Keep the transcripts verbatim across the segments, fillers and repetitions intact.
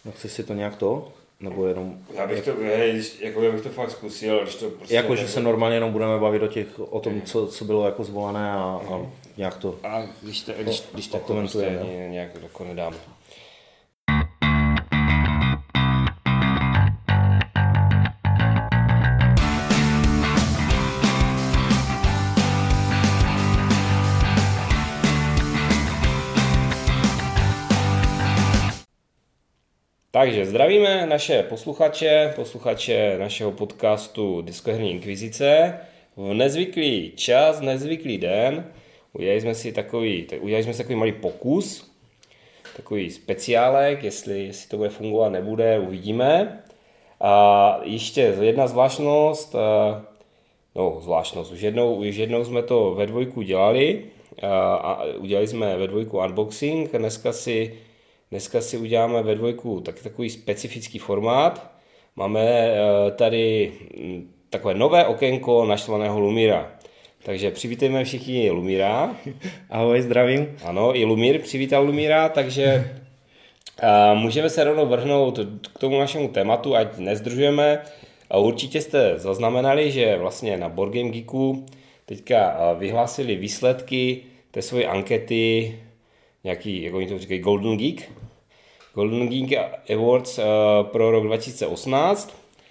No chceš si to nějak to? Nebo jenom... Já bych to, hej, jako já bych to fakt zkusil, když to prostě... Jako, že se normálně jenom budeme bavit o, těch, o tom, co, co bylo jako zvolené a, a nějak to... A když, to, když, když tak to prostě nějak jako nedám. Takže zdravíme naše posluchače, posluchače našeho podcastu Diskoherní inkvizice. V nezvyklý čas, nezvyklý den udělali jsme si takový, udělali jsme si takový malý pokus, takový speciálek, jestli, jestli to bude fungovat, nebude, uvidíme. A ještě jedna zvláštnost, no zvláštnost, už jednou, už jednou jsme to ve dvojku dělali a udělali jsme ve dvojku unboxing, dneska si Dneska si uděláme ve dvojku tak, takový specifický formát. Máme tady takové nové okénko naštvaného Lumíra. Takže přivítejme všichni Lumíra. Ahoj, zdravím. Ano, i Lumír přivítal Lumíra, takže uh, můžeme se rovnou vrhnout k tomu našemu tématu, ať nezdržujeme. Uh, určitě jste zaznamenali, že vlastně na Board Game Geeku teďka uh, vyhlásili výsledky té své ankety, nějaký, jak oni to říkají, Golden Geek. Golden Geek Awards uh, pro rok dva tisíce osmnáct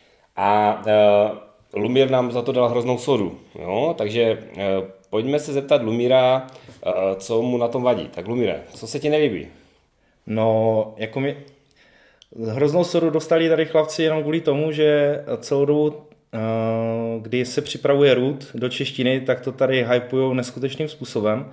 a uh, Lumír nám za to dal hroznou sodu. Jo? Takže uh, pojďme se zeptat Lumíra, uh, co mu na tom vadí. Tak Lumíre, co se ti nelíbí? No, jako mi hroznou sodu dostali tady chlapci jenom kvůli tomu, že celou dobu, uh, kdy se připravuje root do češtiny, tak to tady hypujou neskutečným způsobem.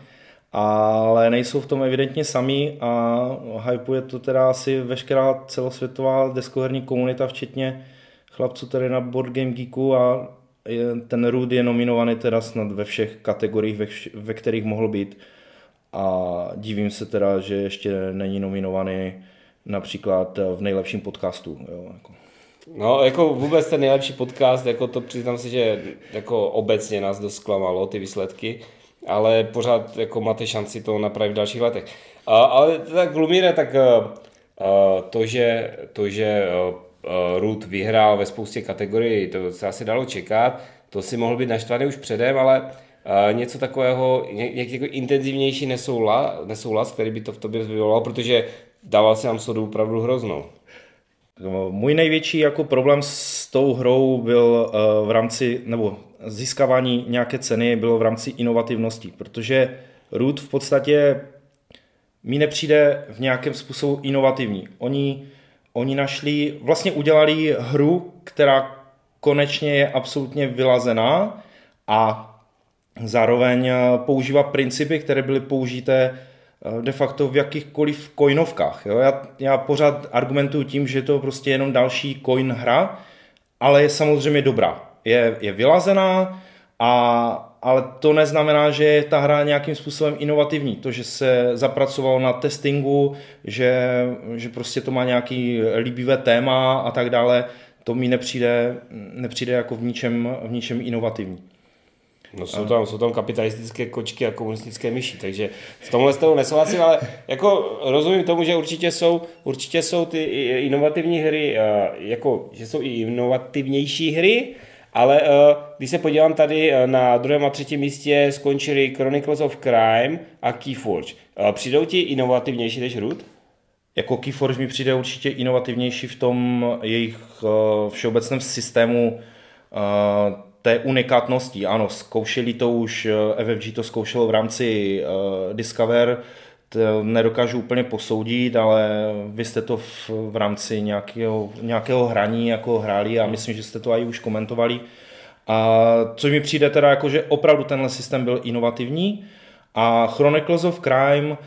Ale nejsou v tom evidentně sami a hypuje to teda asi veškerá celosvětová deskoherní komunita, včetně chlapců tady na Board Game Geeku a ten root je nominovaný teda snad ve všech kategoriích, ve, vš- ve kterých mohl být a divím se teda, že ještě není nominovaný například v nejlepším podcastu. Jo, jako. No, jako vůbec ten nejlepší podcast, jako to přiznám si, že jako obecně nás dost zklamalo ty výsledky, ale pořád jako máte šanci to napravit v dalších letech. A, ale tak Lumíre, tak a, to, že, to, že root vyhrál ve spoustě kategorií, to se asi dalo čekat, to si mohl být naštvaný už předem, ale a, něco takového, nějaký jako intenzivnější nesouhlas, nesouhlas, který by to v tobě vyvolal, protože dával se nám sodu opravdu hroznou. Můj největší jako problém s tou hrou byl v rámci, nebo získávání nějaké ceny bylo v rámci inovativnosti, protože root v podstatě mi nepřijde v nějakém způsobu inovativní. Oni, oni našli, vlastně udělali hru, která konečně je absolutně vylazená a zároveň používá principy, které byly použité de facto v jakýchkoliv coinovkách. Jo? Já, já pořád argumentuju tím, že je to prostě jenom další coin hra, ale je samozřejmě dobrá. Je, je vylazená, a, ale to neznamená, že je ta hra nějakým způsobem inovativní. To, že se zapracovalo na testingu, že, že prostě to má nějaký líbivé téma a tak dále, to mi nepřijde, nepřijde jako v ničem, v ničem inovativní. No jsou tam, jsou tam kapitalistické kočky a komunistické myši, takže v tomhle s toho nesouhlasím, ale jako rozumím tomu, že určitě jsou, určitě jsou ty inovativní hry, jako, že jsou i inovativnější hry, ale když se podívám tady na druhém a třetím místě skončili Chronicles of Crime a Keyforge. Přijdou ti inovativnější než root? Jako Keyforge mi přijde určitě inovativnější v tom jejich všeobecném systému té unikátnosti. Ano, zkoušeli to už, F F G to zkoušelo v rámci uh, Discover, to nedokážu úplně posoudit, ale vy jste to v, v rámci nějakého, nějakého hraní jako hráli a myslím, že jste to i už komentovali. A což mi přijde teda jako, že opravdu tenhle systém byl inovativní a Chronicles of Crime uh,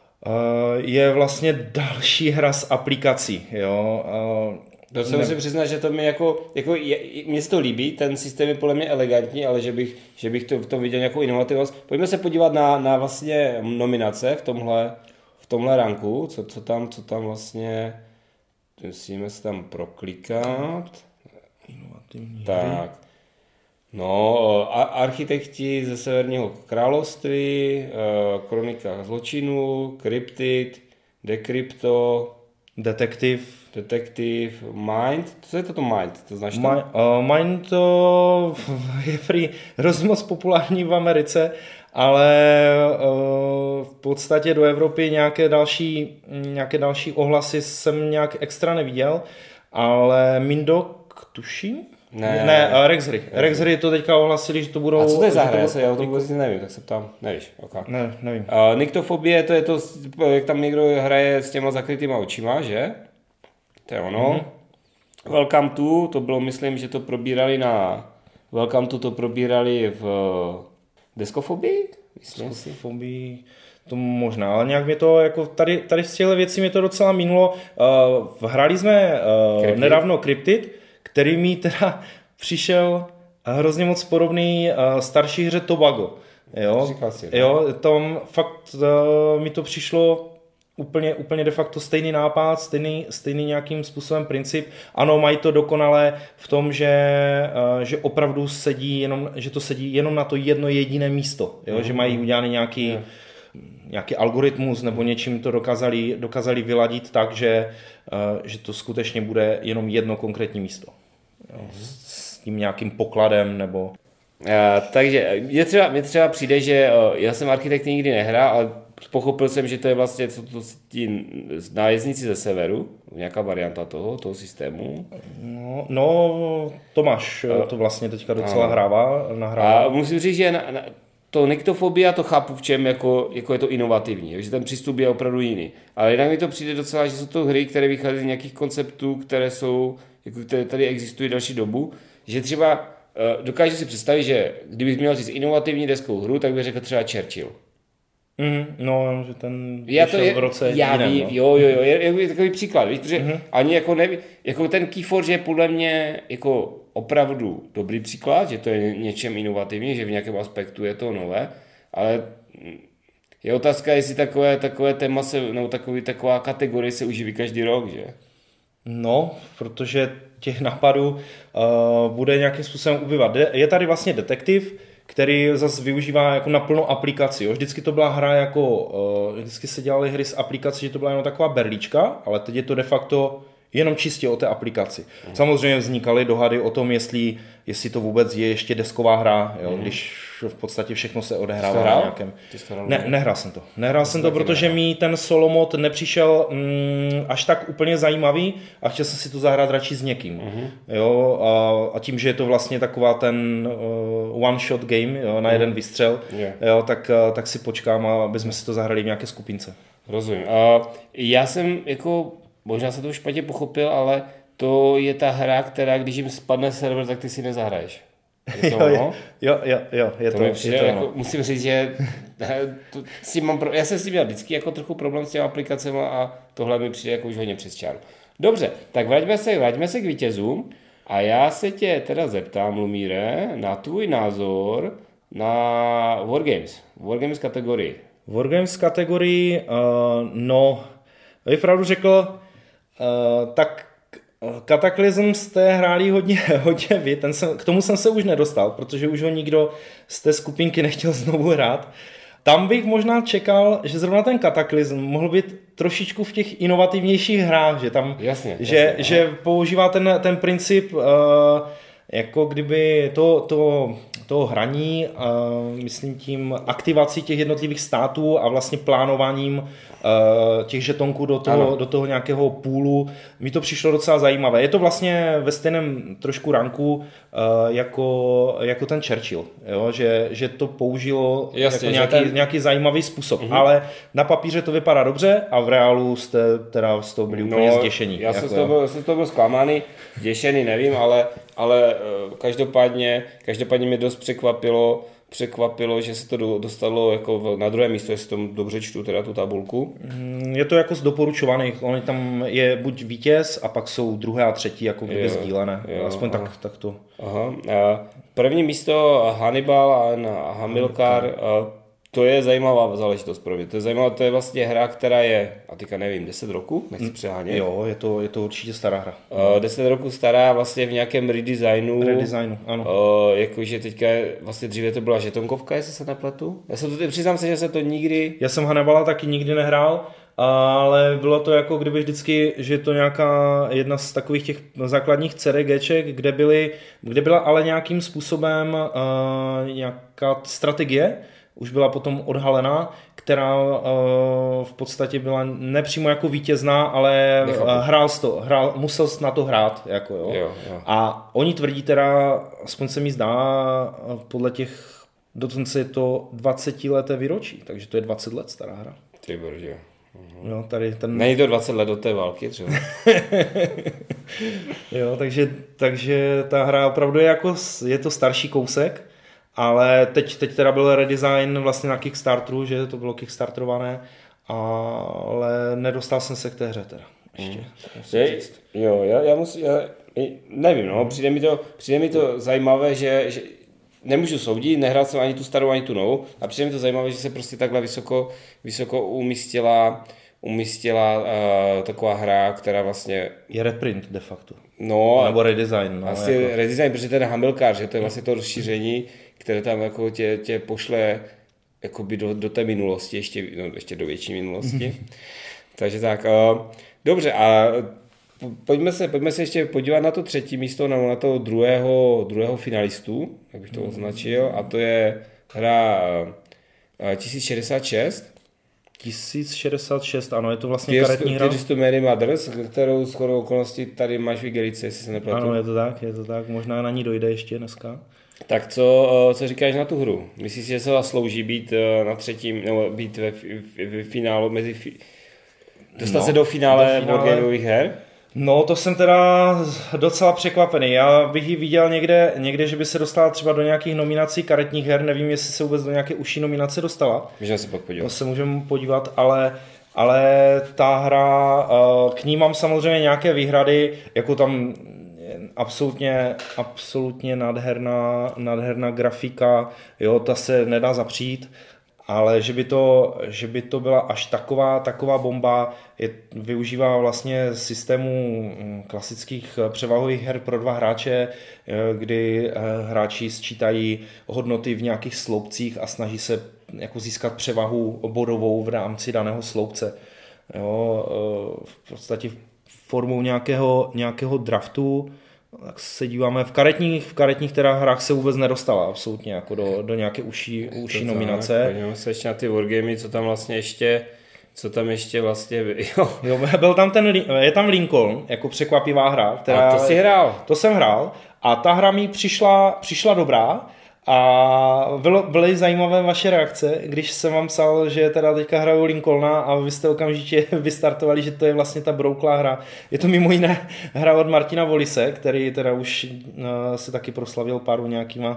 je vlastně další hra z aplikací. Jo? Uh, To se musím přiznat, že to mi jako, jako je, mně se to líbí, ten systém je podle mě elegantní, ale že bych, že bych to v tom viděl nějakou inovativnost. Pojďme se podívat na, na vlastně nominace v tomhle, v tomhle ranku, co, co, tam, co tam vlastně, musíme se tam proklikat. Inovativní tak. hry. No, architekti ze Severního království, Kronika zločinu, Cryptid, Decrypto, Detektiv. Detective Mind, co je to to Mind? To znáš to? My, uh, Mind to je prý hrozně moc populární v Americe, ale uh, v podstatě do Evropy nějaké další, nějaké další ohlasy jsem nějak extra neviděl, ale Mindok tuším? Ne, ne uh, Rexry. Rexry to teďka ohlasili, že to budou... A co to je za hra? To... Já o tom vůbec nevím, tak se ptám. Nevíš? Okay. Ne, nevím. Uh, Nyktofobie, to je to, jak tam někdo hraje s těma zakrytýma očima, že? To je ono. Mm-hmm. Welcome to, to bylo, myslím, že to probírali na... Welcome to to probírali v Deskofobii? Deskofobii, to možná, ale nějak mě to, jako tady, tady z těchto věcí mě to docela minulo. Uh, hráli jsme uh, Cryptid. nedávno Cryptid, který mi teda přišel hrozně moc podobný uh, starší hře Tobago. Jo, si, jo tam fakt uh, mi to přišlo úplně, úplně de facto stejný nápad, stejný, stejný nějakým způsobem princip. Ano, mají to dokonale v tom, že, uh, že opravdu sedí jenom, že to sedí jenom na to jedno jediné místo. Jo? Mm-hmm. Že mají udělaný nějaký, yeah. nějaký algoritmus nebo něčím to dokázali, dokázali vyladit tak, že, uh, že to skutečně bude jenom jedno konkrétní místo. Jo? S, s tím nějakým pokladem nebo... Uh, takže mě třeba, mě třeba přijde, že uh, já jsem architekt nikdy nehrál, ale pochopil jsem, že to je vlastně co to ti nájezdníci ze severu, nějaká varianta toho, toho systému. No, no Tomáš uh, to vlastně teďka docela uh, hrává, nahrává. A musím říct, že na, na, to Nyktofobia to chápu v čem, jako, jako je to inovativní, že ten přístup je opravdu jiný. Ale jinak mi to přijde docela, že jsou to hry, které vychází z nějakých konceptů, které jsou, jako které tady existují další dobu, že třeba dokážu si představit, že kdybych měl říct inovativní deskou hru, tak bych řekl třeba Churchill. Mm, no, že ten já to je, v roce já jiném, vím, no. jo, jo, jo, je, je takový příklad, víš, protože mm-hmm. ani jako neví, jako ten Keyforge je podle mě jako opravdu dobrý příklad, že to je něčem inovativní, že v nějakém aspektu je to nové, ale je otázka, jestli takové, takové téma se, nebo takový, taková kategorie se uživí každý rok, že? No, protože těch nápadů uh, bude nějakým způsobem ubývat. Je tady vlastně detektiv, který zase využívá jako naplno aplikaci. Jo. Vždycky to byla hra jako, uh, vždycky se dělaly hry s aplikací, že to byla jenom taková berlička, ale teď je to de facto jenom čistě o té aplikaci. Mm. Samozřejmě vznikaly dohady o tom, jestli, jestli to vůbec je ještě desková hra, jo, mm. když v podstatě všechno se odehrává na nějakém... Ne, nehrál jsem to. Nehrál jsem to, protože mi ten solo mod nepřišel mm, až tak úplně zajímavý a chtěl jsem si to zahrát radši s někým. Mm. Jo, a, a tím, že je to vlastně taková ten uh, one-shot game, jo, na mm. jeden výstřel, yeah. jo, tak, tak si počkám, aby jsme si to zahrali v nějaké skupince. Rozumím. Uh, já jsem jako... Možná se to špatně pochopil, ale to je ta hra, která když jim spadne server, tak ty si nezahraješ. Je to jo, jo, jo, jo, je to, to, je přijde, to jako, musím říct, že to, si mám pro, já jsem si měl vždycky jako trochu problém s těmi aplikacemi a tohle mi přijde jako už hodně přes čáru. Dobře, tak vraťme se, vraťme se k vítězům a já se tě teda zeptám, Lumíre, na tvůj názor na Wargames, Wargames kategorii. Wargames kategorii, uh, no, bych pravdu řekl, Uh, tak Cataclysm jste hráli hodně, hodně vy, ten jsem, k tomu jsem se už nedostal, protože už ho nikdo z té skupinky nechtěl znovu hrát. Tam bych možná čekal, že zrovna ten Cataclysm mohl být trošičku v těch inovativnějších hrách, že tam, jasně, že, jasně, že používá ten, ten princip uh, jako kdyby to, to, to hraní, uh, myslím tím aktivací těch jednotlivých států a vlastně plánováním uh, těch žetonků do toho, do toho nějakého půlu. Mi to přišlo docela zajímavé. Je to vlastně ve stejném trošku ranku uh, jako, jako ten Churchill, jo? Že, že to použilo jasně, jako nějaký, ten... nějaký zajímavý způsob. Uh-huh. Ale na papíře to vypadá dobře a v reálu jste teda z toho byli úplně no, zděšení. Já jako, jsem z toho byl, byl, byl zklamaný, zděšený, nevím, ale ale každopádně, každopádně mě dost překvapilo, překvapilo, že se to dostalo jako na druhé místo, jestli to dobře čtu, teda tu tabulku. Je to jako z doporučovaných, on tam je buď vítěz a pak jsou druhé a třetí jako kdyby sdílené, jo, aspoň aha. tak, tak to. Aha. První místo Hannibal a Hamilcar, to je zajímavá záležitost pro mě. To je zajímavá, to je vlastně hra, která je, a teďka nevím, deset roku, nechci přehánět. Jo, je to, je to určitě stará hra. Uh, deset roku stará, vlastně v nějakém redesignu. Redesignu, ano. Uh, jakože teďka, vlastně dříve to byla žetonkovka, jestli se nepletu. Já se to, přiznám se, že se to nikdy... Já jsem Hannibala taky nikdy nehrál, ale bylo to jako kdyby vždycky, že je to nějaká jedna z takových těch základních CRGček, kde, byly, kde byla ale nějakým způsobem uh, nějaká strategie, už byla potom odhalená, která uh, v podstatě byla nepřímo jako vítězná, ale uh, hrál to, hrál, musel na to hrát. Jako, jo. Jo, jo. A oni tvrdí teda, aspoň se mi zdá, podle těch, dokonce je to dvacetileté výročí, takže to je dvacet let stará hra. Ty brže. Mhm. Jo, tady ten... Není to dvacet let do té války třeba. Jo, takže, takže ta hra opravdu je jako, je to starší kousek, ale teď, teď teda byl redesign vlastně na Kickstarteru, že to bylo kickstarterované, ale nedostal jsem se k té hře teda. Ještě, mm. je, jo, já, já musím, já, nevím, no, přijde mi to, přijde mi to zajímavé, že, že nemůžu soudit, nehrál jsem ani tu starou, ani tu novou, a přijde mi to zajímavé, že se prostě takhle vysoko, vysoko umístila, umístila uh, taková hra, která vlastně... Je reprint de facto. No, nebo redesign. No, asi jako... redesign, protože ten Hamilcar, že to je vlastně to rozšíření, které tam jako tě, tě pošle jakoby do, do té minulosti, ještě, no, ještě do větší minulosti. Takže tak, uh, dobře, a pojďme se, pojďme se ještě podívat na to třetí místo, nebo na toho druhého, druhého finalistu, jak bych to označil, a to je hra uh, tisíc šedesát šest. tisíc šedesát šest, ano, je to vlastně karetní hra. Tears to Mary Mothers, kterou shodou okolností tady máš v igelice, jestli se nepletu. Ano, je to tak, je to tak, možná na ní dojde ještě dneska. Tak co, co říkáš na tu hru? Myslíš, že se zaslouží být na třetím, nebo být ve, ve finálu mezi... Fi... Dostat no, se do finále boardgameových her? No, to jsem teda docela překvapený. Já bych ji viděl někde, někde, že by se dostala třeba do nějakých nominací karetních her. Nevím, jestli se vůbec do nějaké užší nominace dostala. Můžeme se pak podívat. To se můžeme podívat, ale, ale ta hra, k ní mám samozřejmě nějaké výhrady, jako tam absolutně, absolutně nádherná, nádherná grafika, jo, ta se nedá zapřít. Ale že by to, že by to byla až taková, taková bomba, je, využívá vlastně systému klasických převahových her pro dva hráče, kdy hráči sčítají hodnoty v nějakých sloupcích a snaží se jako získat převahu bodovou v rámci daného sloupce. Jo, v podstatě formou nějakého, nějakého draftu. Tak se díváme, v karetních, v karetních teda hrách se vůbec nedostala absolutně jako do, do nějaké užší, užší nominace. Podívejme se ještě na ty wargamy, co tam vlastně ještě, co tam ještě vlastně, jo. Jo, byl tam ten, je tam Lincoln, jako překvapivá hra. Která, a to jsi hrál. To jsem hrál a ta hra mi přišla, přišla dobrá. A bylo, byly zajímavé vaše reakce, když jsem vám psal, že teda teďka hraju Lincolna a vy jste okamžitě vystartovali, že to je vlastně ta brouklá hra. Je to mimo jiné hra od Martina Volise, který teda už uh, se taky proslavil pár nějakýma,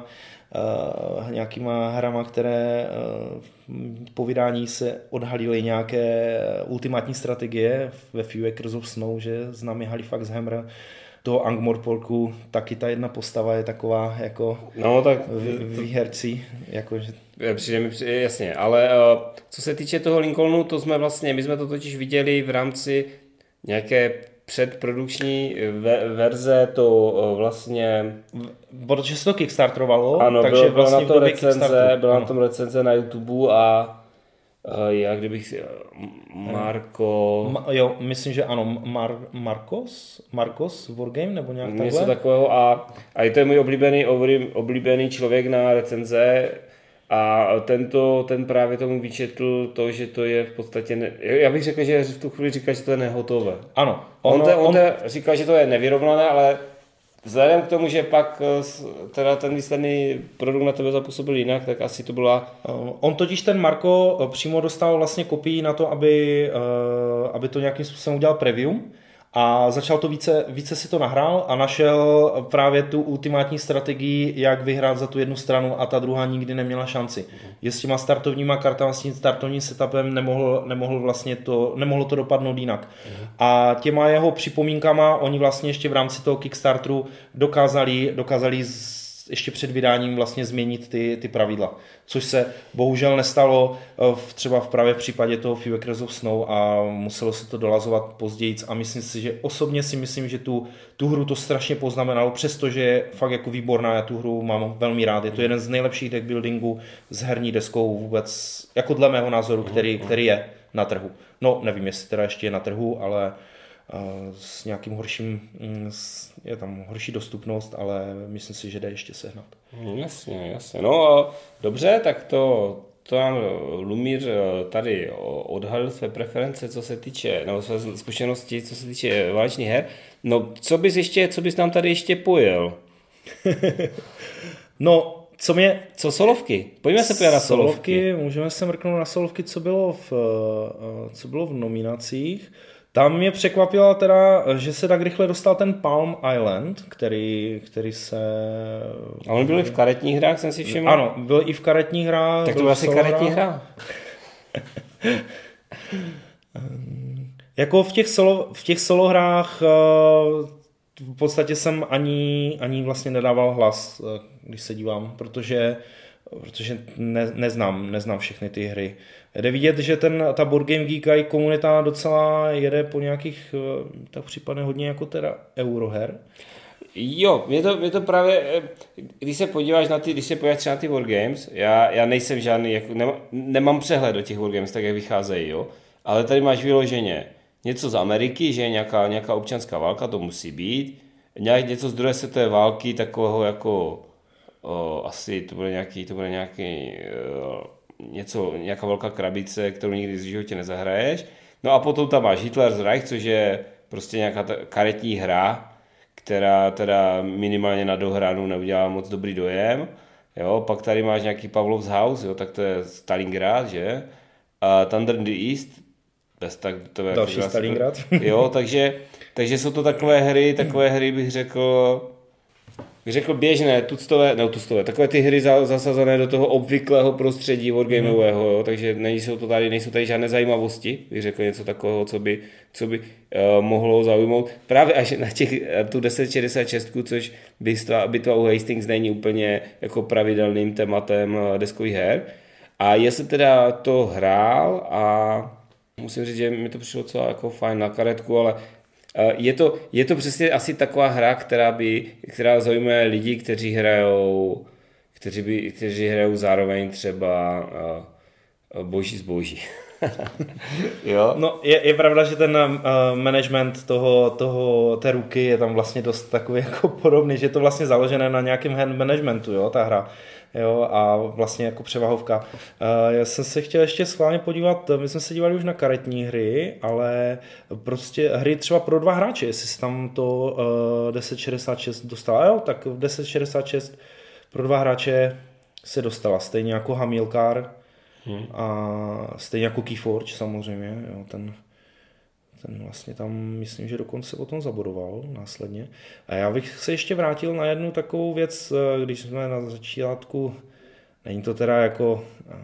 uh, nějakýma hrama, které uh, po vydání se odhalily nějaké ultimátní strategie ve Few Acres of Snow, že známý Halifax Hammer. Toho Ankh-Morporku taky ta jedna postava je taková jako no, tak výhercí. Jako, že... Přijde mi, jasně, ale uh, co se týče toho Lincolnu, to jsme vlastně, my jsme to totiž viděli v rámci nějaké předprodukční ve, verze, to uh, vlastně... Protože se to kickstarterovalo, ano, takže bylo, vlastně byla na to recenze, byla na tom recenze na YouTube a Uh, já kdybych si... Marko... Ma, jo, myslím, že ano, Mar, Marcos? Marcos Wargame, nebo nějak takhle? Něco takového a, a je to můj oblíbený, oblíbený člověk na recenze a tento, ten právě tomu vyčetl to, že to je v podstatě... Ne, já bych řekl, že v tu chvíli říká, že to je nehotové. Ano. On, on, te, on, on te říká, že to je nevyrovnané, ale vzhledem k tomu, že pak teda ten výsledný produkt na tebe zapůsobil jinak, tak asi to byla... On totiž ten Marko přímo dostal vlastně kopii na to, aby, aby to nějakým způsobem udělal preview a začal to více, více si to nahrál a našel právě tu ultimátní strategii, jak vyhrát za tu jednu stranu a ta druhá nikdy neměla šanci. Je s těma startovníma kartama, s tím startovním setupem nemohl, nemohl vlastně to, nemohlo to dopadnout jinak. A těma jeho připomínkama oni vlastně ještě v rámci toho Kickstarteru dokázali, dokázali z, ještě před vydáním vlastně změnit ty, ty pravidla. Což se bohužel nestalo v, třeba v právě v případě toho Few Acres of Snow a muselo se to dolazovat později a myslím si, že osobně si myslím, že tu, tu hru to strašně poznamenalo, přestože je fakt jako výborná, já tu hru mám velmi rád. Je to jeden z nejlepších deckbuildingů s herní deskou vůbec, jako dle mého názoru, který, který je na trhu. No, nevím, jestli teda ještě je na trhu, ale s nějakým horším, je tam horší dostupnost, ale myslím si, že jde ještě sehnat. Jasně, jasně. No dobře, tak to, to nám Lumír tady odhalil své preference, co se týče, nebo své zkušenosti, co se týče válečných her. No, co bys ještě, co bys nám tady ještě pojel? No, co mě... Co solovky? Pojďme se podívat na solovky. solovky. Můžeme se mrknout na solovky, co bylo v, co bylo v nominacích. Tam mě překvapilo teda, že se tak rychle dostal ten Palm Island, který, který se... A on byl i v karetních hrách, jsem si všiml? Ano, byl i v karetních hrách. Tak to byla asi karetní hra. Jako v těch, solo, v těch solohrách v podstatě jsem ani, ani vlastně nedával hlas, když se dívám, protože, protože ne, neznám, neznám všechny ty hry. Jde vidět, že ten, ta Board Game Geek a komunita docela jede po nějakých, tak případně hodně jako teda euroher. Jo, mě to, mě to právě, když se podíváš na ty, když se podíváš třeba na ty Wargames, já, já nejsem žádný, jako, nemám, nemám přehled do těch Wargames, tak jak vycházejí, jo, ale tady máš vyloženě něco z Ameriky, že je nějaká, nějaká občanská válka, to musí být, nějak něco z druhé světové války, takového jako, o, asi to bude nějaký, to bude nějaký, o, něco, nějaká velká krabice, kterou nikdy v životě nezahraješ, no a potom tam máš Hitler's Reich, což je prostě nějaká ta karetní hra, která teda minimálně na dohranu neudělá moc dobrý dojem. Jo, pak tady máš nějaký Pavlov's House, jo, tak to je Stalingrad, že? A Thunder in the East, bez tak to je další jako Stalingrad. Jo, takže, takže jsou to takové hry, takové hry bych řekl, bych řekl běžné, tuctové, ne tuctové, takové ty hry zasazené do toho obvyklého prostředí wargameového, jo, takže nejsou to tady, nejsou tady žádné zajímavosti, bych řekl něco takového, co by, co by uh, mohlo zaujmout. Právě až na těch, tu deset šedesát šest, což bitva u Hastings není úplně jako pravidelným tématem deskových her. A já jsem teda to hrál a musím říct, že mi to přišlo docela jako fajn na karetku, ale Je to, je to přesně asi taková hra, která by, která zajímá lidi, kteří hrajou, kteří, by, kteří hrajou zároveň třeba uh, boží zboží. Jo? No, je, je pravda, že ten uh, management toho, toho, té ruky je tam vlastně dost takový jako podobný, že je to vlastně založené na nějakém hand managementu, jo, ta hra. Jo, a vlastně jako převahovka. Uh, já jsem se chtěl ještě schválně podívat, my jsme se dívali už na karetní hry, ale prostě hry třeba pro dva hráče, jestli se tam to uh, deset šedesát šest dostala, jo, tak v deset šedesát šest pro dva hráče se dostala, stejně jako Hamilcar hmm. a stejně jako Keyforge samozřejmě, jo, ten ten vlastně tam, myslím, že dokonce potom zabodoval následně. A já bych se ještě vrátil na jednu takovou věc, když jsme na začátku, není to teda jako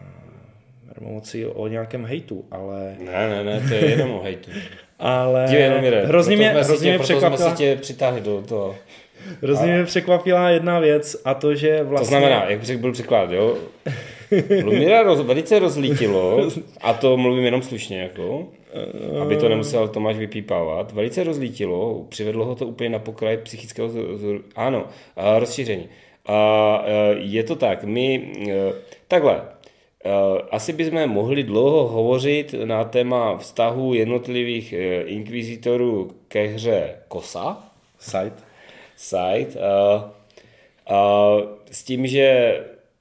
moci o nějakém hejtu, ale... Ne, ne, ne, to je jenom o hejtu. Ale Dívej, hrozně mě, hrozně mě překvapila... Proto jsme si tě přitáhli do toho. Hrozně mě překvapila jedna věc a to, že vlastně... To znamená, jak bych byl příklad, jo? Lumíra roz, velice rozlítilo, a to mluvím jenom slušně, jako, aby to nemusel Tomáš vypípávat, velice rozlítilo, přivedlo ho to úplně na pokraj psychického, ano, rozšíření. A je to tak, my, takhle, asi bychom mohli dlouho hovořit na téma vztahu jednotlivých inkvizitorů ke hře Kosa. Side. Side. A, a s tím, že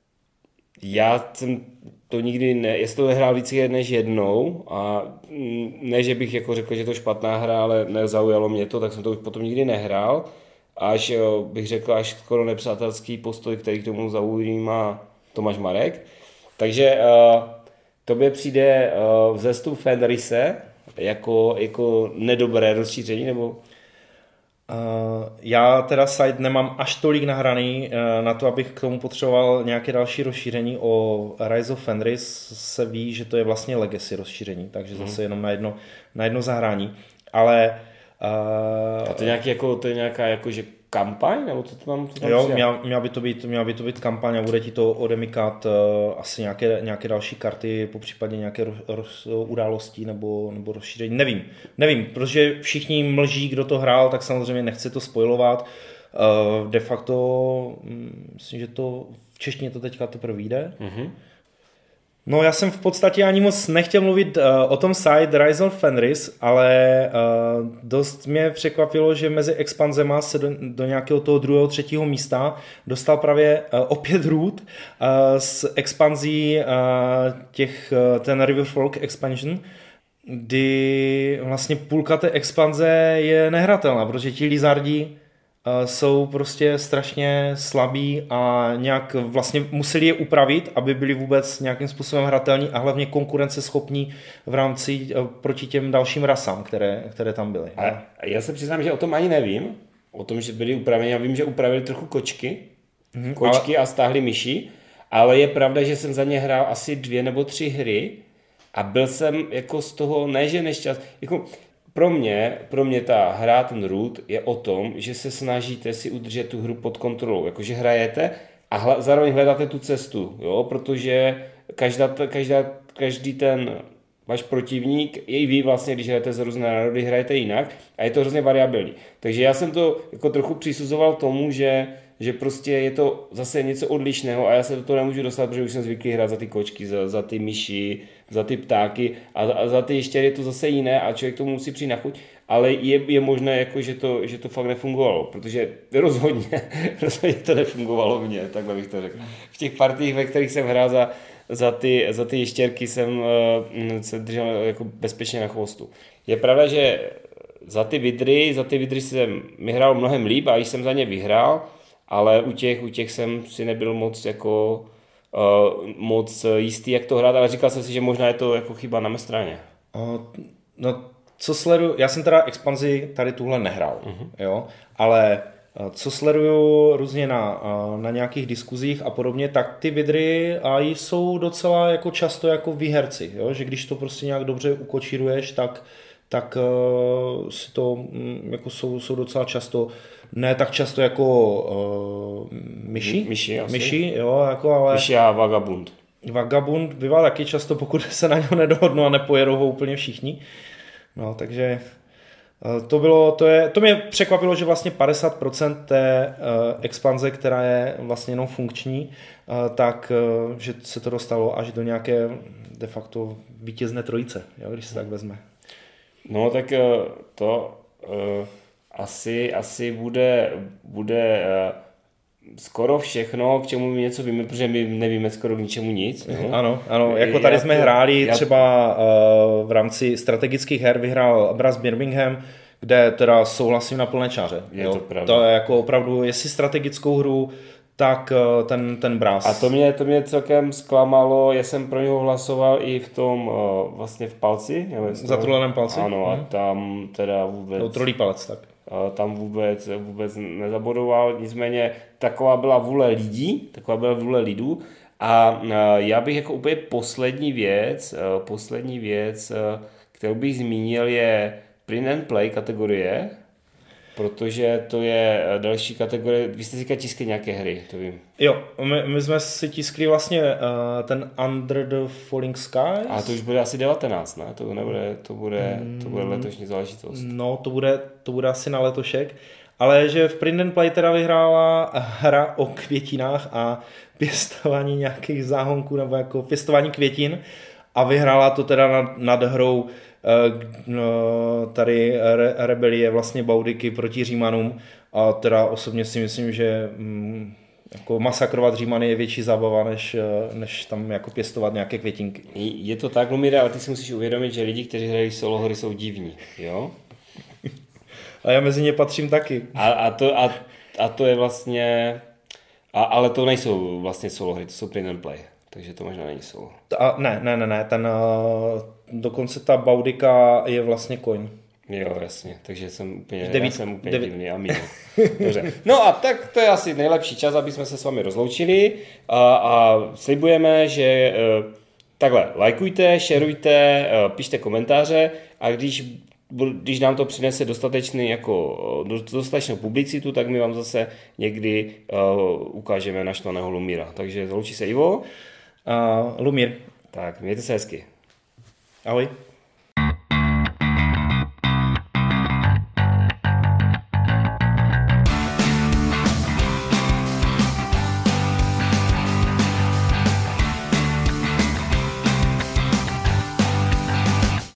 já jsem to nikdy ne, já jsem to hrál víc než jednou a ne, že bych jako řekl, že to je špatná hra, ale nezaujalo mě to, tak jsem to už potom nikdy nehrál. Až bych řekl, až skoro nepřátelský postoj, který k tomu zaujímá Tomáš Marek. Takže uh, tobě přijde uh, vzestup Fenrise jako, jako nedobré rozšíření, nebo... Uh, já teda Side nemám až tolik nahraný uh, na to, abych k tomu potřeboval nějaké další rozšíření. O Rise of Fenris se ví, že to je vlastně legacy rozšíření, takže zase mm. jenom na jedno, na jedno zahrání. Ale... Uh, A to, nějaký jako, to je nějaká jako, že kampaň? Nebo co to tam, co tam jo, měla, měla, by to být, měla by to být kampaň a bude ti to odemykat uh, asi nějaké, nějaké další karty, popřípadně nějaké roz, roz, události nebo, nebo rozšíření. Nevím, nevím, protože všichni mlží, kdo to hrál, tak samozřejmě nechce to spoilovat. Uh, de facto, myslím, že to v češtině to teďka teprve vyjde. Mm-hmm. No já jsem v podstatě ani moc nechtěl mluvit uh, o tom side Rise of Fenris, ale uh, dost mě překvapilo, že mezi expanzema se do, do nějakého toho druhého, třetího místa dostal právě uh, opět Root uh, s expanzí uh, těch, uh, ten Riverfolk expansion, kdy vlastně půlka té expanze je nehratelná, protože ti lizardi jsou prostě strašně slabí a nějak vlastně museli je upravit, aby byli vůbec nějakým způsobem hratelní a hlavně konkurenceschopní v rámci proti těm dalším rasám, které, které tam byly. A já se přiznám, že o tom ani nevím, o tom, že byli upraveni. Já vím, že upravili trochu kočky, mm-hmm, kočky ale... a stáhli myši, ale je pravda, že jsem za ně hrál asi dvě nebo tři hry a byl jsem jako z toho, ne že nešťastný, jako Pro mě, pro mě ta hra, ten Root, je o tom, že se snažíte si udržet tu hru pod kontrolou. Jakože hrajete a hla, zároveň hledáte tu cestu, jo? Protože každá, každá, každý ten váš protivník, i vy vlastně, když hrajete za různé národy, hrajete jinak a je to hrozně variabilní. Takže já jsem to jako trochu přisuzoval tomu, že že prostě je to zase něco odlišného a já se do toho nemůžu dostat, protože už jsem zvyklý hrát za ty kočky, za, za ty myši, za ty ptáky a, a za ty ještě je to zase jiné a člověk tomu musí přijít na chuť, ale je, je možné, jako, že, to, že to fakt nefungovalo, protože rozhodně, rozhodně to nefungovalo mně, takhle bych to řekl. V těch partiích, ve kterých jsem hrál za, za, ty, za ty ještěrky, jsem uh, se držel jako bezpečně na chvostu. Je pravda, že za ty vidry, za ty vidry jsem mi hrál mnohem líp a když jsem za ně vyhrál, ale u těch, u těch jsem si nebyl moc jako uh, moc jistý, jak to hrát, ale říkal jsem si, že možná je to jako chyba na mé straně. Uh, no, co sleduju, já jsem teda expanzi tady tuhle nehrál, uh-huh. jo, ale uh, co sleduju různě na, uh, na nějakých diskuzích a podobně, tak ty vidry a jsou docela jako často jako výherci, jo, že když to prostě nějak dobře ukočíruješ, tak tak uh, si to um, jako jsou, jsou docela často, ne tak často jako uh, myši, myši, myši, jo, jako, ale myši a vagabund. Vagabund bývá taky často, pokud se na něho nedohodnou a nepojedou ho úplně všichni. No, takže uh, to bylo, to je, to mě překvapilo, že vlastně padesát procent té uh, expanze, která je vlastně jenom funkční, uh, tak, uh, že se to dostalo až do nějaké de facto vítězné trojice, jo, když se tak vezme. No tak to uh, asi, asi bude, bude uh, skoro všechno, k čemu my něco víme, protože my nevíme skoro k ničemu nic. No? Ano, ano, jako tady já jsme to, hráli já... třeba uh, v rámci strategických her vyhrál Brass Birmingham, kde teda souhlasím na plné čáře. Je jo? to pravda. To je jako opravdu, jestli strategickou hru, tak ten, ten Brass. A to mě, to mě celkem zklamalo, já jsem pro něho hlasoval i v tom vlastně v palci. Za truleném palci? Ano, hmm. a tam teda vůbec... No, trolí palec, tak. Tam vůbec, vůbec nezabodoval, nicméně taková byla vůle lidí, taková byla vůle lidů a já bych jako úplně poslední věc, poslední věc, kterou bych zmínil, je print and play kategorie, protože to je další kategorie. Vy jste říkali tiskli nějaké hry, to vím. Jo, my, my jsme si tiskli vlastně uh, ten Under the Falling Skies. A to už bude asi devatenáct, ne? To nebude, to bude, to bude letošní záležitost. No, to bude, to bude asi na letošek. Ale že v Print and Play teda vyhrála hra o květinách a pěstování nějakých záhonků nebo jako pěstování květin a vyhrála to teda nad, nad hrou tady rebelie vlastně Boudiky proti Římanům a teda osobně si myslím, že jako masakrovat Římany je větší zábava, než, než tam jako pěstovat nějaké květinky. Je to tak, Lumíre, ale ty si musíš uvědomit, že lidi, kteří hrají solo hry, jsou divní, jo? A já mezi ně patřím taky. A, a, to, a, a to je vlastně, a, ale to nejsou vlastně solo hry, to jsou print and play. Takže to možná není solo. A ne, ne, ne, ne, ten, dokonce ta Boudika je vlastně coin. Jo, jasně, takže jsem úplně, Devíc, já jsem úplně devíc. divný a mimo. Dobře. No a tak to je asi nejlepší čas, aby jsme se s vámi rozloučili a, a slibujeme, že uh, takhle, lajkujte, šerujte, uh, pište komentáře a když když nám to přinese dostatečný jako, dostatečnou publicitu, tak my vám zase někdy uh, ukážeme naštvaného Lumíra. Takže zloučí se Ivo. Uh, Lumír. Tak, mějte se hezky. Ahoj.